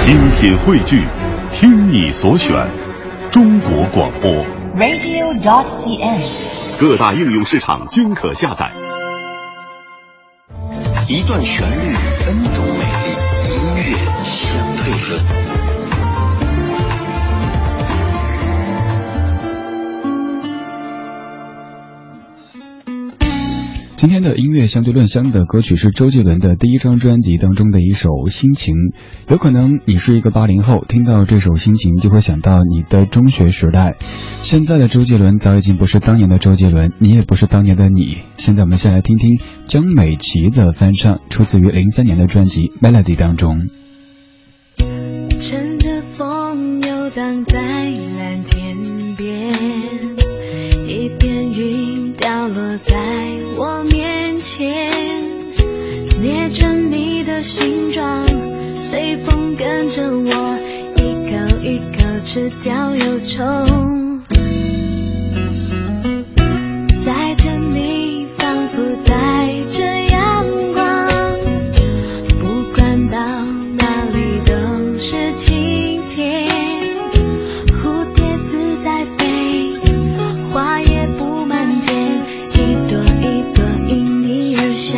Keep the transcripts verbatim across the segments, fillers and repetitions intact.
精品汇聚，听你所选，中国广播 radio dot c n， 各大应用市场均可下载。 一段旋律，N种美丽，音乐相对论。 今天的音乐相对论香的歌曲是周杰伦的第一张专辑当中的一首《心情》。有可能你是一个八零后，听到这首《心情》就会想到你的中学时代。现在的周杰伦早已经不是当年的周杰伦，你也不是当年的你。现在我们先来听听江美琪的翻唱，出自于零三年的专辑《Melody》当中。 乘着风游荡在蓝天边，一片云掉落在我面前，捏成你的形状，随风跟着我一口一口吃掉忧愁，载着你仿佛载着阳光，不管到哪里都是晴天，蝴蝶自在飞，花也布满天，一朵一朵因你而香，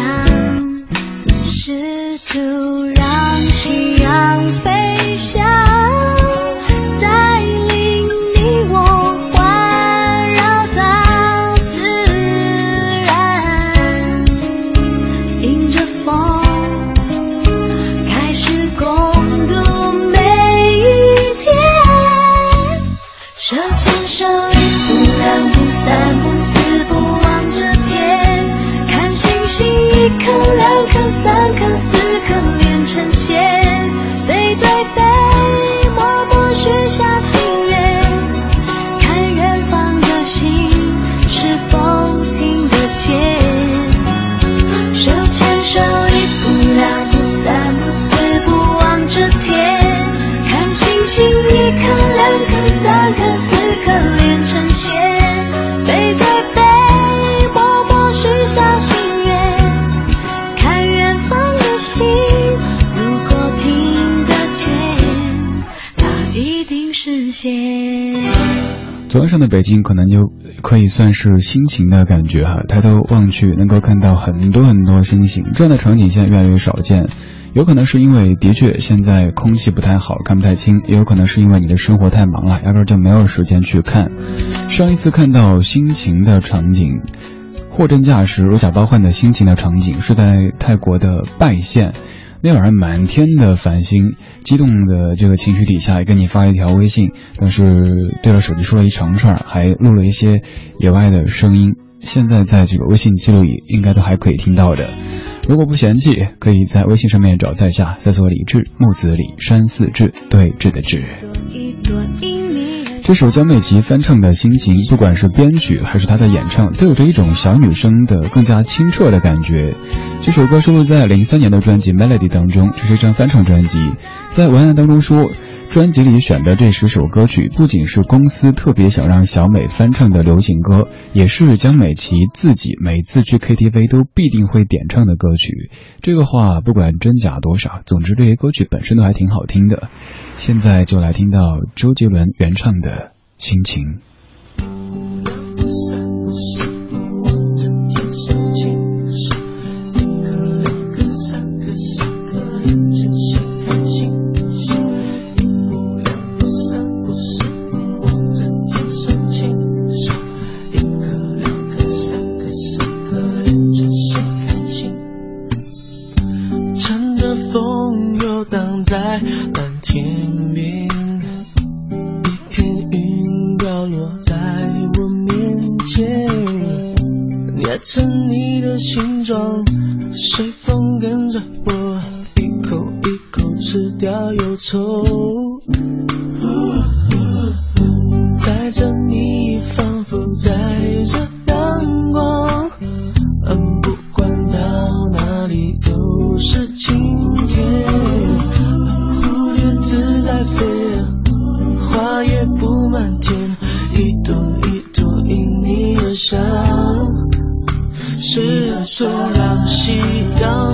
试图让夕阳飞翔，带领你我环绕到自然，迎着风开始共度每一天，手牵手一步两步三步四步望着天，看星星一颗两颗三颗四颗连成线，背对背默默许下心愿，看远方的心是否听得见，手牵手一步两步三步四步望着天，看星星一颗两颗三颗四颗连成线，背对背默默许下心愿，看远方的心如果听得见，它一定实现。 昨晚上的北京可能就可以算是心情的感觉哈，抬头望去能够看到很多很多星星，这样的场景现在越来越少见。有可能是因为的确现在空气不太好，看不太清，也有可能是因为你的生活太忙了，压根就没有时间去看。上一次看到心情的场景，货真价实如假包换的心情的场景，是在泰国的拜县。那晚上满天的繁星，激动的这个情绪底下也跟你发了一条微信，但是对着手机说了一长串，还录了一些野外的声音，现在在这个微信记录里应该都还可以听到的。如果不嫌弃，可以在微信上面找在下，搜索李志，木子李，山寺志，对峙的志。这首江美琪翻唱的心情，不管是编曲还是她的演唱，都有着一种小女生的更加清澈的感觉。这首歌收录在零三年的专辑 Melody 当中，这是一张翻唱专辑。在文案当中说，专辑里选的这十首歌曲不仅是公司特别想让小美翻唱的流行歌，也是江美琪自己每次去 K T V 都必定会点唱的歌曲。这个话不管真假多少，总之这些歌曲本身都还挺好听的。现在就来听到周杰伦原唱的心情。 成你的形状，随风跟着我一口一口吃掉忧愁，载着你仿佛载着阳光，嗯，不管到哪里都是晴天，蝴蝶自在飞，花也布满天，一朵一朵因你而香，是说让夕阳